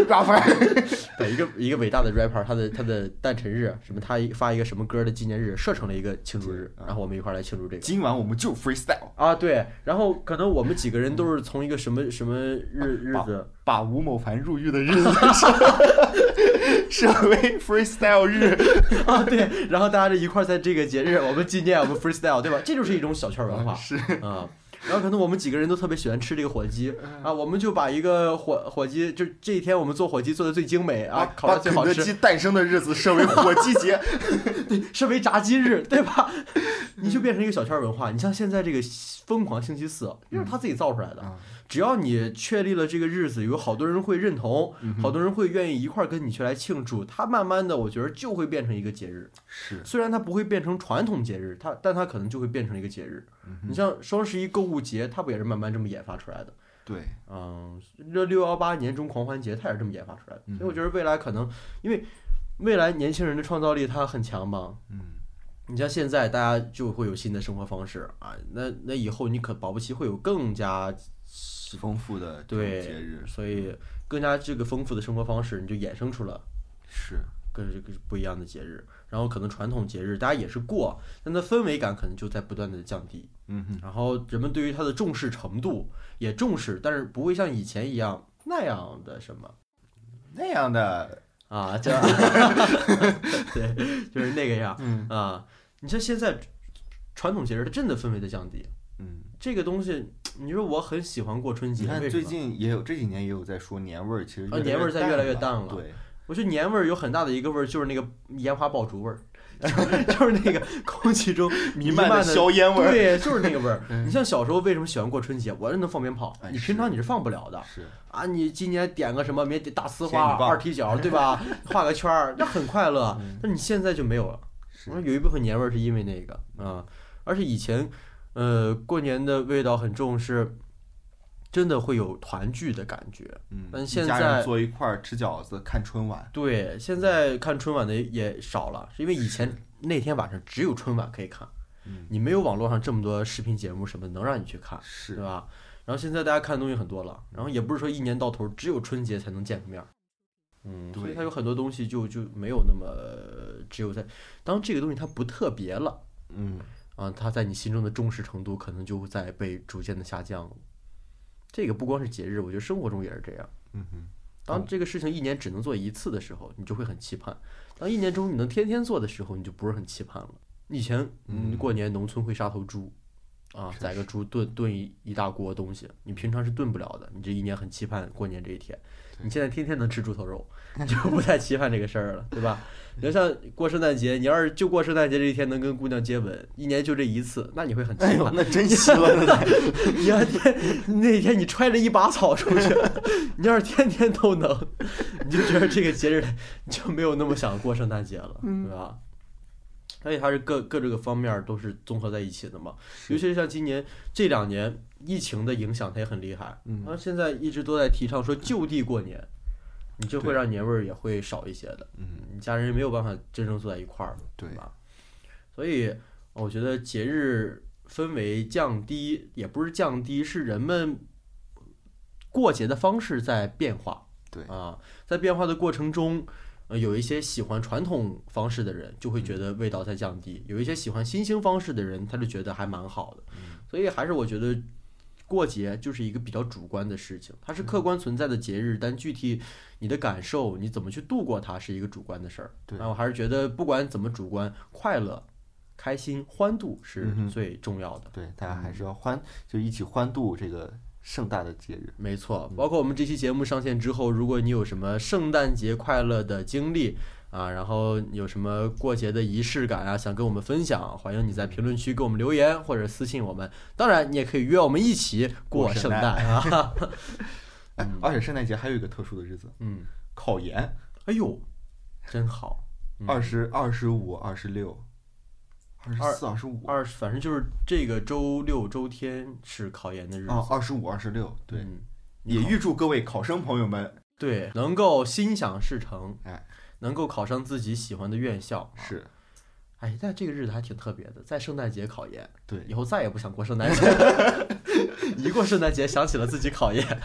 rapper 对，一个一个伟大的 rapper， 他的他的诞辰日，什么他发一个什么歌的纪念日，设成了一个庆祝日，然后我们一块来庆祝这个。 今晚我们就 freestyle 啊，对，然后可能我们几个人都是从一个什么什么日日子， 把, 把吴某凡入狱的日子设为 freestyle 日啊，对，然后大家就一块在这个节日，我们纪念我们 freestyle， 对吧？这就是一种小圈文化， 是啊。然后可能我们几个人都特别喜欢吃这个火鸡啊，我们就把一个火火鸡，就这一天我们做火鸡做的最精美啊，烤的最好吃。 把肯德基诞生的日子设为火鸡节， 对，设为炸鸡日，对吧？你就变成一个小圈文化。你像现在这个疯狂星期四，就是他自己造出来的。 嗯、 只要你确立了这个日子，有好多人会认同， 嗯、 好多人会愿意一块跟你去来庆祝，它慢慢的，我觉得就会变成一个节日。 是， 虽然它不会变成传统节日，它但它可能就会变成一个节日。 嗯、 你像双十一购物节，它不也是慢慢这么演发出来的？ 对， 嗯，这六幺八年中狂欢节，它也是这么研发出来的。 嗯、 所以我觉得未来可能，因为未来年轻人的创造力它很强嘛。 嗯。 你像现在大家就会有新的生活方式啊，那那以后你可保不齐会有更加丰富的节日， 所以更加这个丰富的生活方式，你就衍生出了是跟这个不一样的节日。然后可能传统节日大家也是过，但它氛围感可能就在不断的降低。 嗯哼。 然后人们对于它的重视程度也重视，但是不会像以前一样那样的什么那样的啊，就对，就是那个样、 嗯、 啊。你像现在传统节日它真的氛围的降低， 嗯， 这个东西，你说我很喜欢过春节， 你看最近也有这几年也有在说年味儿，其实啊年味儿在越来越淡了。 对， 我觉得年味儿有很大的一个味儿，就是那个烟花爆竹味儿，就是就是那个空气中弥漫的硝烟味儿， 对，就是那个味儿。你像小时候为什么喜欢过春节？我能放鞭炮，你平常你是放不了的。 是啊，你今年点个什么，明天大呲花、二踢脚，对吧？画个圈儿，那很快乐。但你现在就没有了。我说有一部分年味儿是因为那个啊，而且以前，呃，过年的味道很重，是真的会有团聚的感觉。 嗯， 但现在家人坐一块儿吃饺子、看春晚。 对，现在看春晚的也少了，是因为以前那天晚上只有春晚可以看， 嗯， 你没有网络上这么多视频节目什么能让你去看， 是， 对吧？然后现在大家看的东西很多了，然后也不是说一年到头只有春节才能见个面。嗯，所以它有很多东西就就没有那么只有在当这个东西它不特别了， 嗯啊，它在你心中的重视程度可能就在被逐渐的下降了。这个不光是节日，我觉得生活中也是这样。 嗯哼， 当这个事情一年只能做一次的时候，你就会很期盼；当一年中你能天天做的时候，你就不是很期盼了。以前嗯，过年农村会杀头猪，啊，宰个猪炖炖一一大锅东西，你平常是炖不了的，你这一年很期盼过年这一天。你现在天天能吃猪头肉，你就不太期盼这个事儿了，对吧？你要像过圣诞节，你要是就过圣诞节这一天能跟姑娘接吻，一年就这一次，那你会很期盼。 哎呦，那真希望了！ 你要天那天你揣着一把草出去，你要是天天都能，你就觉得这个节日你就没有那么想过圣诞节了，对吧？而且它是各各这个方面都是综合在一起的嘛，尤其是像今年这两年疫情的影响，它也很厉害。 嗯， 然后现在一直都在提倡说就地过年，你就会让年味儿也会少一些的。 嗯， 你家人没有办法真正坐在一块儿，对吧？所以我觉得节日氛围降低，也不是降低，是人们过节的方式在变化。 对啊，在变化的过程中。呃，有一些喜欢传统方式的人就会觉得味道在降低，有一些喜欢新兴方式的人他就觉得还蛮好的，所以还是我觉得过节就是一个比较主观的事情，它是客观存在的节日，但具体你的感受你怎么去度过它是一个主观的事儿。那我还是觉得不管怎么主观，快乐、开心、欢度是最重要的。 对，大家还是要欢，就一起欢度这个盛大的节日。 没错，包括我们这期节目上线之后，如果你有什么圣诞节快乐的经历啊，然后有什么过节的仪式感啊，想跟我们分享，欢迎你在评论区给我们留言或者私信我们。当然，你也可以约我们一起过圣诞啊。 哎，而且圣诞节还有一个特殊的日子， 嗯， 考研。 哎呦，真好。 二十二十五、二十六。二十四、二十五， 二反正就是这个周六、周天是考研的日子。 啊，二十五、二十六，对、 嗯。 也预祝各位考生朋友们， 对，能够心想事成， 哎， 能够考上自己喜欢的院校。 是， 哎，但这个日子还挺特别的，在圣诞节考研。 对， 以后再也不想过圣诞节，一过圣诞节想起了自己考研。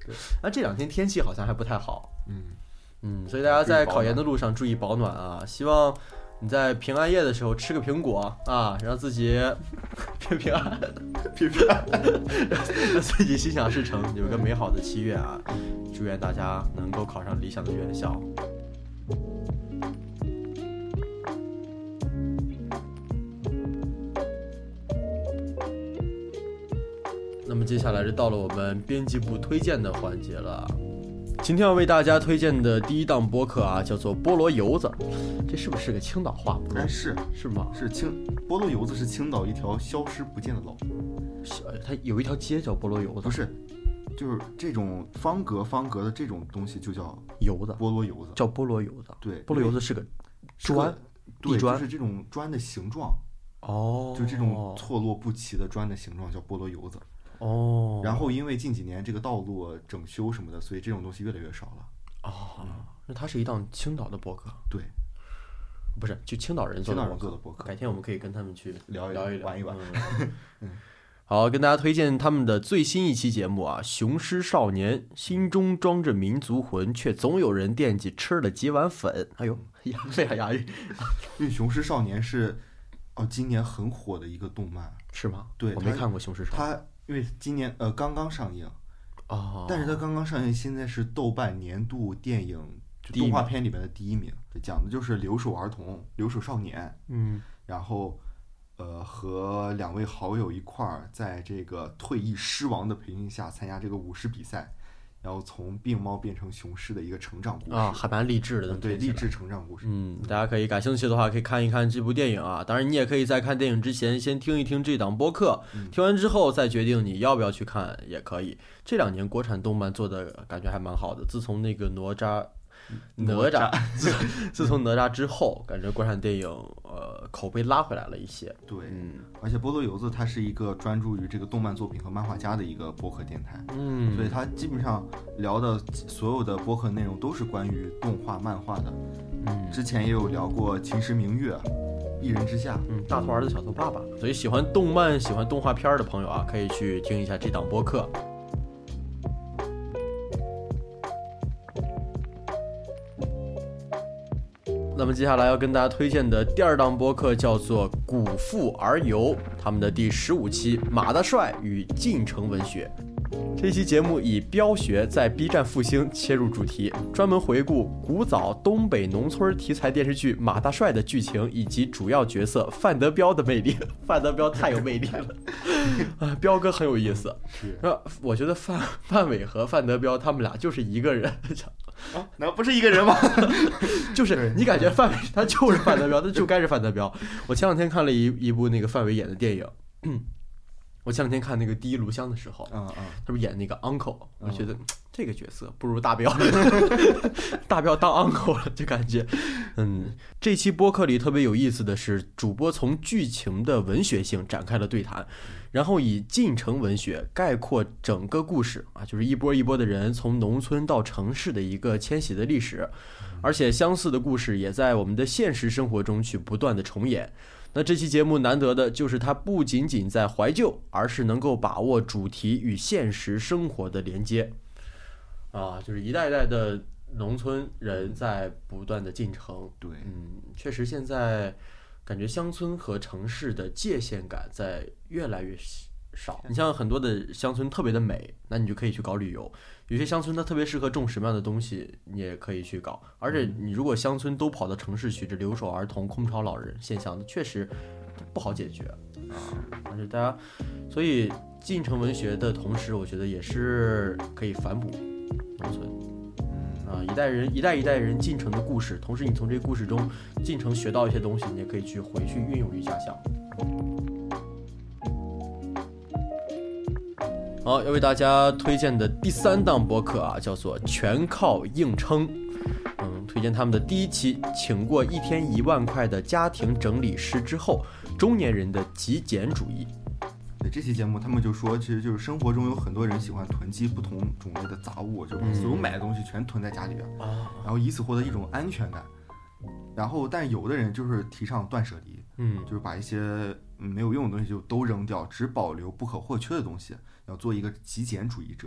那这两天天气好像还不太好， 嗯嗯，所以大家在考研的路上注意保暖啊！希望你在平安夜的时候吃个苹果啊，让自己平平安平平安，让自己心想事成，有个美好的七月啊！祝愿大家能够考上理想的院校。那么接下来就到了我们编辑部推荐的环节了。今天要为大家推荐的第一档播客啊，叫做菠萝油子。这是不是个青岛话？ 哎，是是吗？ 是青菠萝油子是青岛一条消失不见的老路。 它有一条街叫菠萝油子？ 不是，就是这种方格方格的这种东西就叫油子， 菠萝油子， 叫菠萝油子。 对， 菠萝油子是个砖， 地砖，就是这种砖的形状。 哦， 就这种错落不齐的砖的形状叫菠萝油子。 哦， 然后因为近几年这个道路整修什么的，所以这种东西越来越少了。 哦，嗯、那它是一档青岛的播客？ 对， 不是，就青岛人做的播客。播客改天我们可以跟他们去聊一聊一聊，玩一玩。 嗯嗯、好，跟大家推荐他们的最新一期节目啊，《雄狮少年心中装着民族魂，却总有人惦记吃了几碗粉》。哎呦，非常押韵。 因为《雄狮少年》是哦，今年很火的一个动漫， 是吗？ 对， 我没看过《雄狮少年》。 它因为今年呃刚刚上映， 哦， 但是它刚刚上映，现在是豆瓣年度电影就动画片里面的第一名，讲的就是留守儿童、留守少年， 嗯， 然后呃和两位好友一块儿在这个退役狮王的培训下参加这个舞狮比赛，然后从病猫变成雄狮的一个成长故事啊，还蛮励志的， 对，励志成长故事。 嗯，大家可以感兴趣的话，可以看一看这部电影啊。当然，你也可以在看电影之前先听一听这档播客， 嗯、 听完之后再决定你要不要去看，也可以。这两年国产动漫做的感觉还蛮好的，自从那个哪吒。哪吒自自从哪吒之后，感觉国产电影呃口碑拉回来了一些。 对， 嗯， 而且菠萝油子它是一个专注于这个动漫作品和漫画家的一个播客电台， 嗯， 所以它基本上聊的所有的播客内容都是关于动画、漫画的。 嗯， 之前也有聊过《秦时明月》、《一人之下》， 嗯，大头儿子小头爸爸。所以喜欢动漫、喜欢动画片的朋友啊，可以去听一下这档播客。那么接下来要跟大家推荐的第二档播客叫做《古富而游》，他们的第十五期《马大帅与晋城文学》。这期节目以飙学在 B 站复兴切入主题，专门回顾古早东北农村题材电视剧《马大帅》的剧情以及主要角色范德彪的魅力。范德彪太有魅力了啊，彪哥很有意思。 是， 我觉得范范伟和范德彪他们俩就是一个人。 啊，那不是一个人吗？ 就是你感觉范伟他就是范德彪，他就该是范德彪。我前两天看了一一部那个范伟演的电影，嗯，我前两天看那个《第一炉香》的时候， 嗯嗯， 他不是演那个 uncle， 我觉得、嗯、这个角色不如大彪，大彪当 uncle 了，就感觉，嗯，这期播客里特别有意思的是，主播从剧情的文学性展开了对谈。然后以晋城文学概括整个故事啊，就是一波一波的人从农村到城市的一个迁徙的历史，而且相似的故事也在我们的现实生活中去不断的重演。那这期节目难得的就是它不仅仅在怀旧，而是能够把握主题与现实生活的连接啊，就是一代代的农村人在不断的进城。 对， 嗯，确实现在感觉乡村和城市的界限感在越来越少。你像很多的乡村特别的美，那你就可以去搞旅游。有些乡村它特别适合种什么样的东西，你也可以去搞。而且你如果乡村都跑到城市去，这留守儿童、空巢老人现象确实不好解决啊。而且大家，所以进城文学的同时，我觉得也是可以反哺农村。啊，一代人一代一代人进城的故事，同时你从这个故事中进城学到一些东西，你也可以去回去运用于家乡。好，要为大家推荐的第三档播客啊，叫做全靠硬撑。嗯，推荐他们的第一期，请过一天一万块的家庭整理师之后，中年人的极简主义。 对，这期节目他们就说，其实就是生活中有很多人喜欢囤积不同种类的杂物，就把所有买的东西全囤在家里边， 嗯、 然后以此获得一种安全感。然后，但有的人就是提倡断舍离， 嗯， 就是把一些没有用的东西就都扔掉，只保留不可或缺的东西，要做一个极简主义者。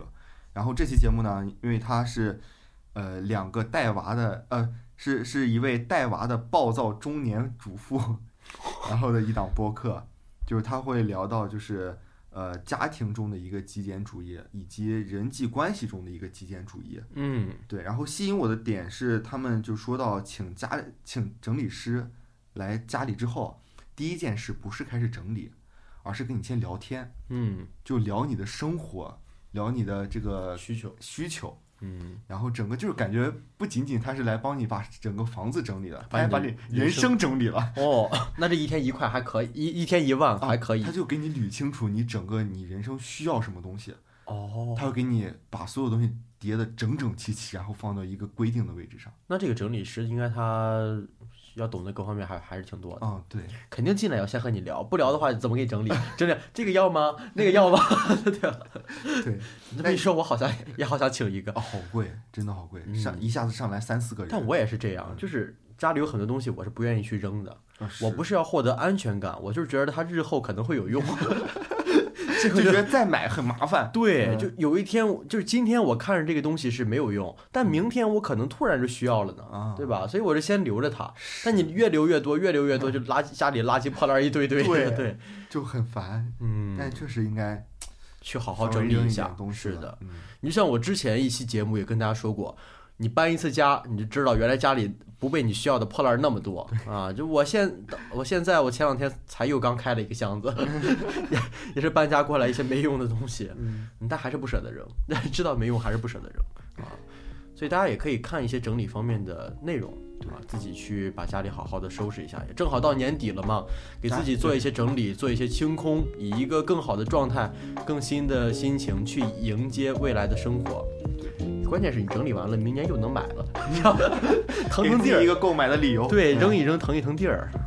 然后这期节目呢，因为它是呃两个带娃的，呃是是一位带娃的暴躁中年主妇，然后的一档播客，就是他会聊到就是呃家庭中的一个极简主义，以及人际关系中的一个极简主义。 嗯， 对。然后吸引我的点是，他们就说到请家请整理师来家里之后，第一件事不是开始整理，而是跟你先聊天。 嗯， 就聊你的生活，聊你的这个需求需求。 嗯， 然后整个就是感觉不仅仅他是来帮你把整个房子整理了，他还把你人人生整理了。 哦，那这一天一块还可以，一一天一万还可以。 啊、他就给你捋清楚你整个你人生需要什么东西。 哦， 他会给你把所有东西叠得整整齐齐，然后放到一个规定的位置上。 那这个整理师应该他要懂得各方面还还是挺多的。 嗯，对， 肯定进来要先和你聊，不聊的话怎么给你整理？整理这个要吗？那个要吗？对吧？ 对， 你这么一说，我好像也好想请一个。 哦，好贵，真的好贵， 嗯、 上一下子上来三四个人。 但我也是这样，就是家里有很多东西，我是不愿意去扔的。 啊、 我不是要获得安全感，我就是觉得它日后可能会有用。 就觉得再买很麻烦。 对， 嗯、 就有一天，就是今天我看着这个东西是没有用，但明天我可能突然就需要了呢， 啊、 对吧？所以我就先留着它。但你越留越多，越留越多，就垃圾家里垃圾破烂一堆堆， 对对， 就很烦。 嗯， 但确实应该去好好整理一下。是的， 嗯、 你就像我之前一期节目也跟大家说过，你搬一次家，你就知道原来家里不被你需要的破烂那么多啊！就我现我现在我前两天才又刚开了一个箱子，也也是搬家过来一些没用的东西， 嗯， 但还是不舍得扔，但是知道没用还是不舍得扔啊！所以大家也可以看一些整理方面的内容啊，自己去把家里好好的收拾一下。也正好到年底了嘛，给自己做一些整理，做一些清空，以一个更好的状态、更新的心情去迎接未来的生活。关键是你整理完了，明年又能买了，你知道吗？腾腾地儿， 一个购买的理由。 对，扔一扔，腾一腾地儿。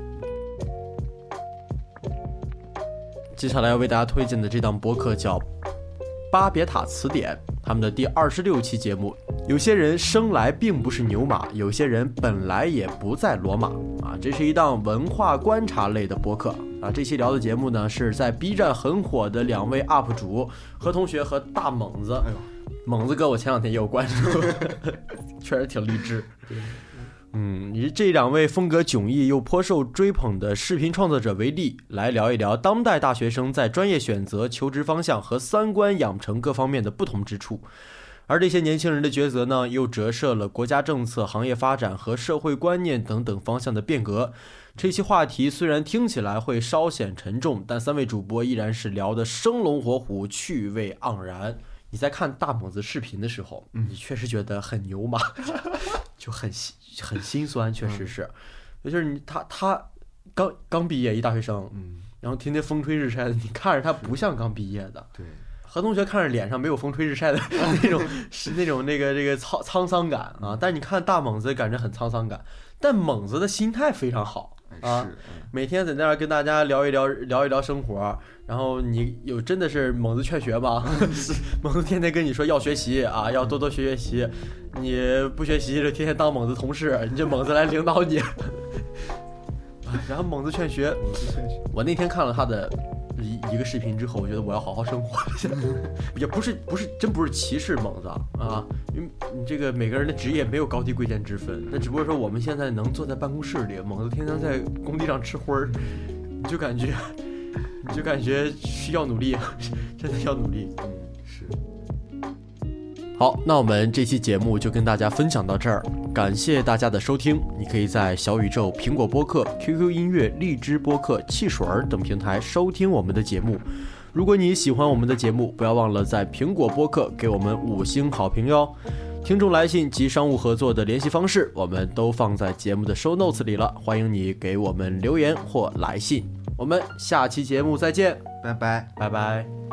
接下来要为大家推荐的这档播客叫《巴别塔词典》，他们的第二十六期节目。有些人生来并不是牛马，有些人本来也不在罗马啊。这是一档文化观察类的播客啊。这期聊的节目呢，是在 B 站很火的两位 U P 主何同学和大猛子。 哎呦， 猛子哥，我前两天也有关注，确实挺励志。嗯，以这两位风格迥异又颇受追捧的视频创作者为例，来聊一聊当代大学生在专业选择、求职方向和三观养成各方面的不同之处。而这些年轻人的抉择呢，又折射了国家政策、行业发展和社会观念等等方向的变革。这期话题虽然听起来会稍显沉重，但三位主播依然是聊得生龙活虎、趣味盎然。你在看大猛子视频的时候，你确实觉得很牛马，就很很心酸，确实是。就是你他他刚刚毕业一大学生， 嗯， 然后天天风吹日晒的，你看着他不像刚毕业的。 对。 何同学看着脸上没有风吹日晒的那种是那种那个这个沧沧桑感啊，但是你看大猛子感觉很沧桑感，但猛子的心态非常好啊，每天在那儿跟大家聊一聊聊一聊生活，然后你有真的是猛子劝学吗？猛子天天跟你说要学习啊，要多多学学习，你不学习就天天当猛子同事，你这猛子来领导你。然后猛子劝学，我那天看了他的一一个视频之后，我觉得我要好好生活。也不是不是真不是歧视猛子啊，因为你这个每个人的职业没有高低贵贱之分，那只不过说我们现在能坐在办公室里，猛子天天在工地上吃灰儿，你就感觉你就感觉需要努力，真的要努力。 嗯，是。 好，那我们这期节目就跟大家分享到这儿，感谢大家的收听。你可以在小宇宙、苹果播客、Q Q 音乐、荔枝播客、汽水等平台收听我们的节目。如果你喜欢我们的节目，不要忘了在苹果播客给我们五星好评哟。听众来信及商务合作的联系方式，我们都放在节目的 show notes 里了，欢迎你给我们留言或来信。我们下期节目再见， 拜拜， 拜拜。